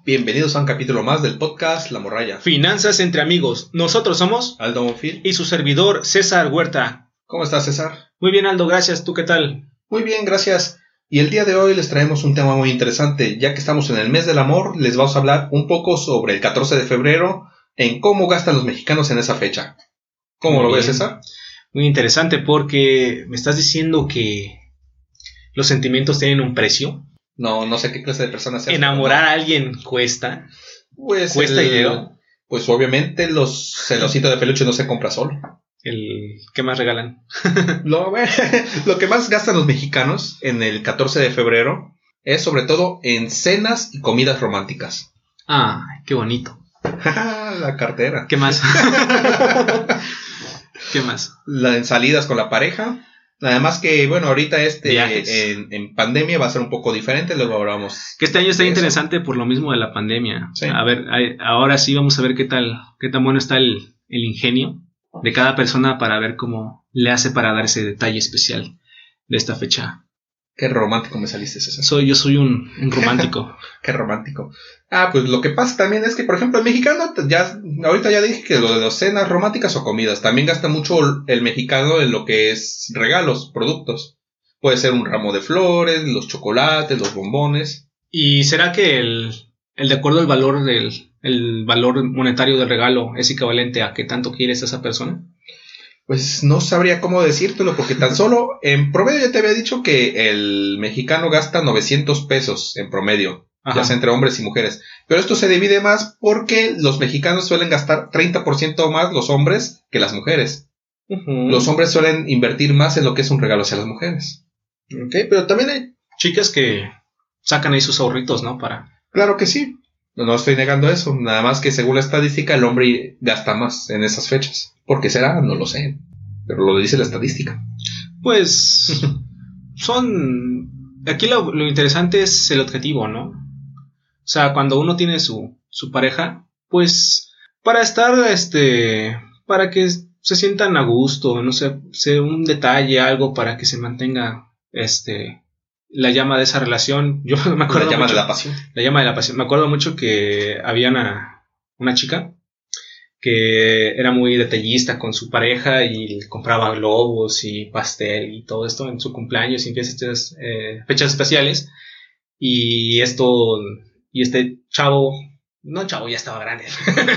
Bienvenidos a un capítulo más del podcast La Morralla. Finanzas entre amigos. Nosotros somos Aldo Monfil y su servidor César Huerta. ¿Cómo estás, César? Muy bien, Aldo, gracias. ¿Tú qué tal? Muy bien, gracias. Y el día de hoy les traemos un tema muy interesante. Ya que estamos en el mes del amor, les vamos a hablar un poco sobre el 14 de febrero, en cómo gastan los mexicanos en esa fecha. ¿Cómo lo ves, César? Muy interesante porque me estás diciendo que los sentimientos tienen un precio. No sé qué clase de persona seas. Enamorar a alguien cuesta. Pues cuesta dinero. Pues obviamente el osito de peluche no se compra solo. ¿Qué más regalan? Lo que más gastan los mexicanos en el 14 de febrero es sobre todo en cenas y comidas románticas. Ah, qué bonito. La cartera. ¿Qué más? ¿Qué más? En salidas con la pareja. Además que, bueno, ahorita en pandemia va a ser un poco diferente, luego hablamos. Que este año está interesante por lo mismo de la pandemia. Sí. A ver, ahora sí vamos a ver qué tan bueno está el ingenio de cada persona para ver cómo le hace para dar ese detalle especial de esta fecha. Qué romántico me saliste, César. Yo soy un romántico. Qué romántico. Pues lo que pasa también es que, por ejemplo, el mexicano, ahorita ya dije que lo de las cenas románticas o comidas, también gasta mucho el mexicano en lo que es regalos, productos. Puede ser un ramo de flores, los chocolates, los bombones. ¿Y será que el de acuerdo al valor el valor monetario del regalo es equivalente a qué tanto quieres a esa persona? Pues no sabría cómo decírtelo, porque tan solo en promedio ya te había dicho que el mexicano gasta 900 pesos en promedio, ya sea entre hombres y mujeres. Pero esto se divide más porque los mexicanos suelen gastar 30% más los hombres que las mujeres. Uh-huh. Los hombres suelen invertir más en lo que es un regalo hacia las mujeres. Ok, pero también hay chicas que sacan ahí sus ahorritos, ¿no? Claro que sí. No estoy negando eso, nada más que según la estadística el hombre gasta más en esas fechas. ¿Por qué será? No lo sé, pero lo dice la estadística. Pues aquí lo interesante es el objetivo, ¿no? O sea, cuando uno tiene su pareja, pues para estar, para que se sientan a gusto, no sé, un detalle, algo para que se mantenga, la llama de esa relación. Yo me acuerdo la llama mucho, de la pasión. La llama de la pasión. Me acuerdo mucho que había una chica que era muy detallista con su pareja y compraba globos y pastel y todo esto en su cumpleaños y en fechas especiales. Y este chavo, ya estaba grande.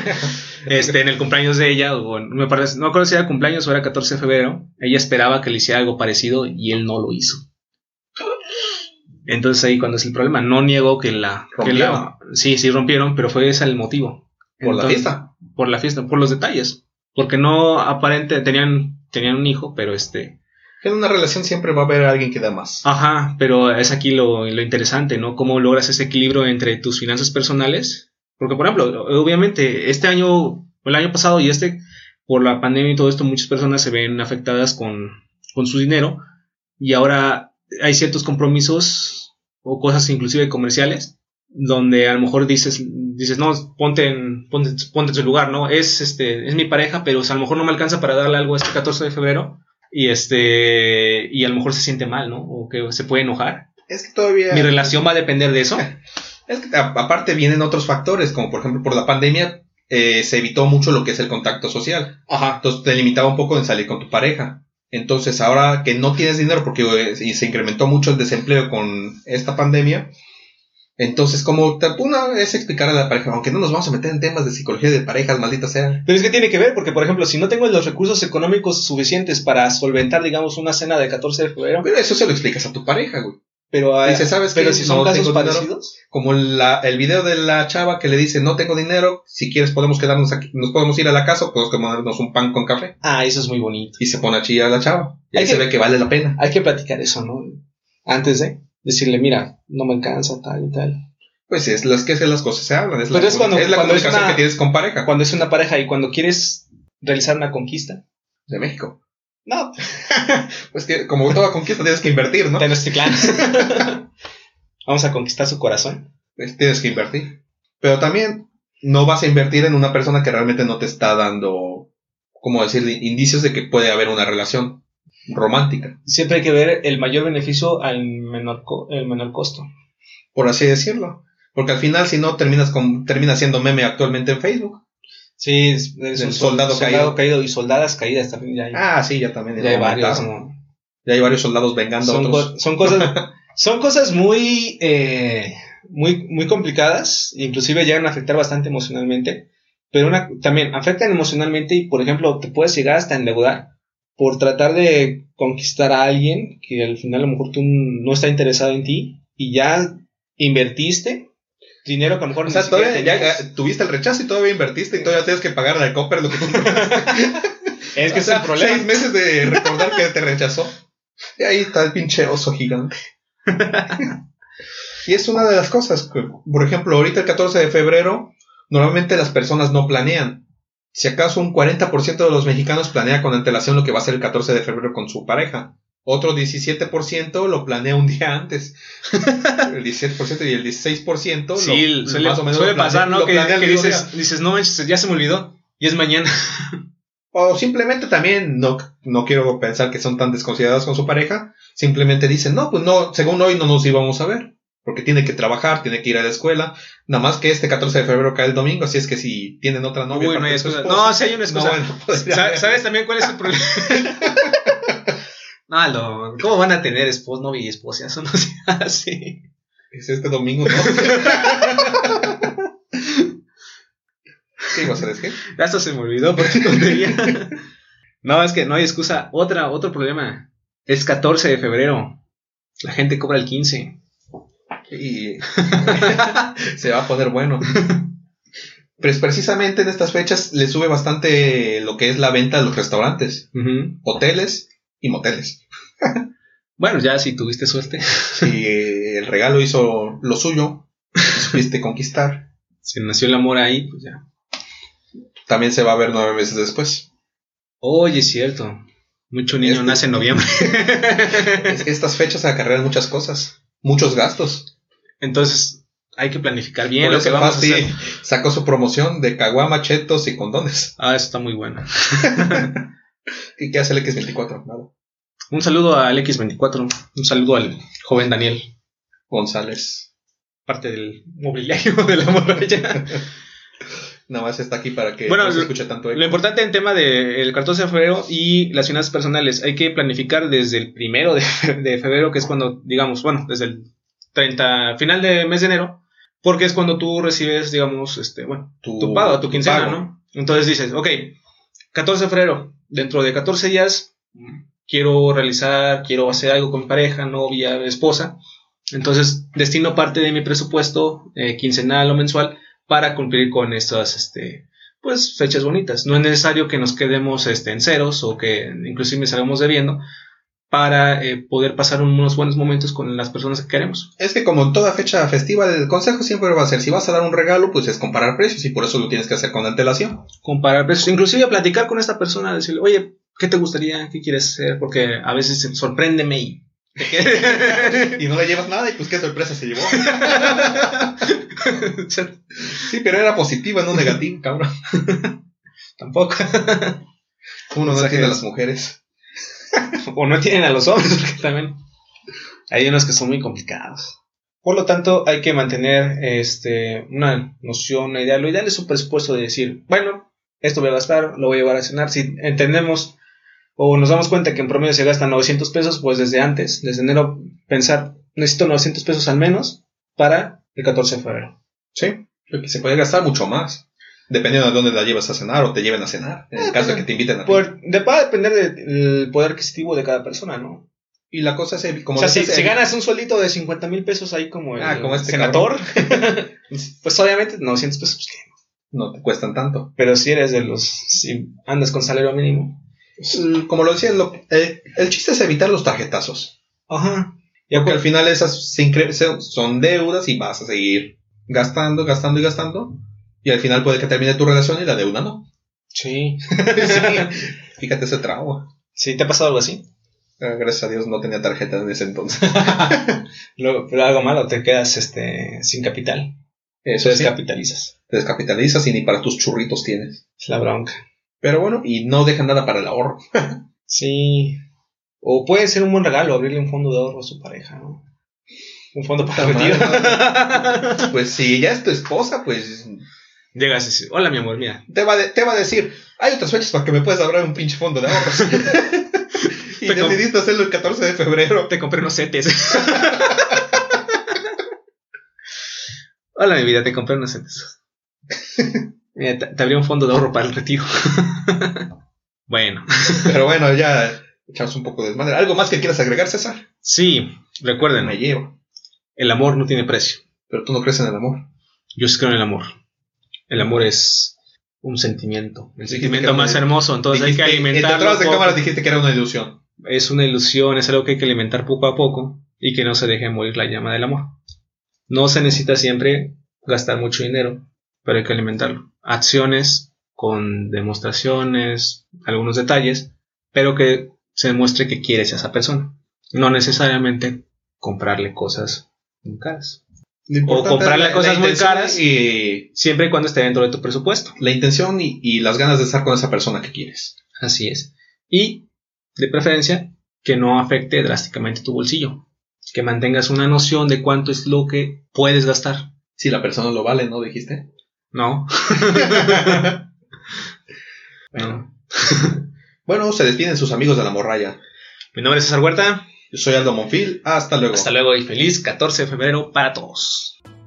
En el cumpleaños de ella, no me acuerdo si era cumpleaños o era 14 de febrero, ella esperaba que le hiciera algo parecido y él no lo hizo. Entonces ahí cuando es el problema. No niego que sí rompieron, pero fue ese el motivo. La fiesta. Por la fiesta, por los detalles. Porque no aparente tenían un hijo, pero En una relación siempre va a haber alguien que da más. Ajá, pero es aquí lo interesante, ¿no? Cómo logras ese equilibrio entre tus finanzas personales. Porque, por ejemplo, obviamente, este año, el año pasado y por la pandemia y todo esto, muchas personas se ven afectadas con su dinero. Y ahora hay ciertos compromisos o cosas inclusive comerciales donde a lo mejor dices no, ponte en su lugar, ¿no? Es mi pareja, pero a lo mejor no me alcanza para darle algo 14 de febrero y a lo mejor se siente mal, ¿no? O que se puede enojar. Es que todavía mi relación va a depender de eso. Es que aparte vienen otros factores, como por ejemplo por la pandemia se evitó mucho lo que es el contacto social. Ajá. Entonces te limitaba un poco en salir con tu pareja. Entonces ahora que no tienes dinero porque se incrementó mucho el desempleo con esta pandemia, entonces como una es explicar a la pareja, aunque no nos vamos a meter en temas de psicología de parejas, maldita sea. Pero es que tiene que ver, porque por ejemplo, si no tengo los recursos económicos suficientes para solventar, digamos, una cena de 14 de febrero. Pero eso se lo explicas a tu pareja, güey. Pero ¿sabes pero qué? Si son casos parecidos, como el video de la chava que le dice no tengo dinero, si quieres podemos quedarnos aquí, nos podemos ir a la casa, podemos comernos un pan con café. Eso es muy bonito. Y se pone a chillar a la chava y ahí se ve que vale la pena. Hay que platicar eso, ¿no? Antes de decirle, mira, no me alcanza tal y tal. Pues es las cosas se hablan, es la comunicación que tienes con pareja. Cuando es una pareja y cuando quieres realizar una conquista de México. No. Pues que como toda conquista tienes que invertir, ¿no? Vamos a conquistar su corazón. Pues tienes que invertir. Pero también no vas a invertir en una persona que realmente no te está dando, ¿cómo decir?, indicios de que puede haber una relación romántica. Siempre hay que ver el mayor beneficio al menor costo. Por así decirlo. Porque al final, si no, termina siendo meme actualmente en Facebook. Sí, es un soldado caído y soldadas caídas también ya hay. Sí, ya también. Ya hay varios, ¿no? Ya hay varios soldados vengando a otros. Son cosas muy, muy complicadas, inclusive llegan a afectar bastante emocionalmente, pero también afectan emocionalmente y, por ejemplo, te puedes llegar hasta endeudar por tratar de conquistar a alguien que al final a lo mejor tú no está interesado en ti y ya invertiste dinero que a lo mejor todavía ya tuviste el rechazo y todavía invertiste y todavía tienes que pagar al Copper lo que tú es que es el problema. 6 meses de recordar que te rechazó. Y ahí está el pinche oso gigante. Y es una de las cosas. Por ejemplo, ahorita el 14 de febrero, normalmente las personas no planean. Si acaso un 40% de los mexicanos planea con antelación lo que va a ser el 14 de febrero con su pareja. Otro 17% lo planea un día antes. El 17% y el 16% sí, más o menos suele pasar, ¿no? Que dices, no, ya se me olvidó. Y es mañana. O simplemente también no quiero pensar que son tan desconsiderados con su pareja. Simplemente dicen, no, pues no, según hoy no nos íbamos a ver. Porque tiene que trabajar, tiene que ir a la escuela. Nada más que este 14 de febrero cae el domingo. Así es que si tienen otra novia. Uy, no hay excusa. No, sí hay una excusa. Pues, ¿Sabes también cuál es el problema? No, ¿cómo van a tener novia y esposa? Eso no se hace. Es este domingo, ¿no? ¿Qué ibas a decir? Hasta se me olvidó por qué tontería. No, es que no hay excusa. Otro problema. Es 14 de febrero. La gente cobra el 15. Y se va a poner bueno. Pues precisamente en estas fechas le sube bastante lo que es la venta de los restaurantes, hoteles y moteles. Bueno, ya si tuviste suerte. Si el regalo hizo lo suyo, supiste conquistar. Si nació el amor ahí, pues ya. También se va a ver 9 meses después. Oye, es cierto. Mucho niño nace en noviembre. Es que estas fechas acarrean muchas cosas, muchos gastos. Entonces hay que planificar bien lo que vamos a hacer. Sacó su promoción de caguama, chetos y condones. Eso está muy bueno. ¿Y qué hace el X24? Nada. Un saludo al X24. Un saludo al joven Daniel González. Parte del mobiliario de la muralla. Nada más está aquí para que no se escuche tanto eco. Lo importante en tema del 14 de febrero y las finanzas personales, hay que planificar desde el 1 de febrero, que es cuando, digamos, desde el 30, final de mes de enero, porque es cuando tú recibes, digamos, tu pago, tu quincena, ¿no? Entonces dices, ok, 14 de febrero, dentro de 14 días, quiero hacer algo con mi pareja, novia, esposa, entonces destino parte de mi presupuesto quincenal o mensual para cumplir con estas fechas bonitas. No es necesario que nos quedemos en ceros o que inclusive salgamos debiendo para poder pasar unos buenos momentos con las personas que queremos. Es que como en toda fecha festiva, el consejo siempre va a ser, si vas a dar un regalo, pues es comparar precios y por eso lo tienes que hacer con antelación. Comparar precios, inclusive platicar con esta persona, decirle, oye, ¿qué te gustaría? ¿Qué quieres hacer? Porque a veces sorpréndeme y y no le llevas nada y pues qué sorpresa se llevó. Sí, pero era positiva, no negativa, cabrón. Tampoco. Uno no tiene a las mujeres. O no tienen a los hombres, porque también hay unos que son muy complicados. Por lo tanto, hay que mantener una noción, una idea. Lo ideal es un presupuesto de decir, bueno, esto voy a gastar, lo voy a llevar a cenar. Si entendemos o nos damos cuenta que en promedio se gastan 900 pesos, pues desde enero, pensar, necesito 900 pesos al menos para el 14 de febrero. Sí, porque se puede gastar mucho más, dependiendo de dónde la llevas a cenar o te lleven a cenar, en el caso de que te inviten a ti. Va a depender del poder adquisitivo de cada persona, ¿no? Y la cosa es, como si ganas un sueldito de 50,000 pesos ahí como el senador, pues obviamente 900 pesos pues, no te cuestan tanto. Pero si eres si andas con salario mínimo, como lo decía, el chiste es evitar los tarjetazos. Ajá. Porque al final esas son deudas y vas a seguir gastando y gastando. Y al final puede que termine tu relación y la deuda no. Sí. Fíjate ese trauma. ¿Sí? ¿Te ha pasado algo así? Gracias a Dios no tenía tarjeta en ese entonces. Pero algo malo, te quedas sin capital. Eso te descapitalizas. Te descapitalizas y ni para tus churritos tienes. Es la bronca. Pero bueno, y no dejan nada para el ahorro. Sí. O puede ser un buen regalo abrirle un fondo de ahorro a su pareja, ¿no? Un fondo para el retiro. Pues si ya es tu esposa, pues... Llegas y dices, hola mi amor, mira. Te va a decir, hay otras fechas para que me puedas abrir un pinche fondo de ahorros. Y decidiste hacerlo el 14 de febrero. Te compré unos setes. Hola mi vida, te compré unos setes. Mira, te abrí un fondo de ahorro para el retiro. Bueno. Pero bueno, ya echamos un poco de desmadre. ¿Algo más que quieras agregar, César? Sí, recuerden. Me llevo. El amor no tiene precio. Pero tú no crees en el amor. Yo sí creo en el amor. El amor es un sentimiento. El sentimiento más hermoso. Entonces hay que alimentarlo. En detrás de cámaras dijiste que era una ilusión. Es una ilusión, es algo que hay que alimentar poco a poco y que no se deje morir la llama del amor. No se necesita siempre gastar mucho dinero, pero hay que alimentarlo. Acciones con demostraciones, algunos detalles, pero que se demuestre que quieres a esa persona. No necesariamente comprarle cosas muy caras. O comprarle cosas muy caras y siempre y cuando esté dentro de tu presupuesto. La intención y las ganas de estar con esa persona que quieres. Así es. Y de preferencia que no afecte drásticamente tu bolsillo. Que mantengas una noción de cuánto es lo que puedes gastar. Si la persona lo vale, ¿no? ¿Dijiste? No. Bueno, se despiden sus amigos de la morralla. Mi nombre es César Huerta. Yo soy Aldo Monfil. Hasta luego. Hasta luego y feliz 14 de febrero para todos.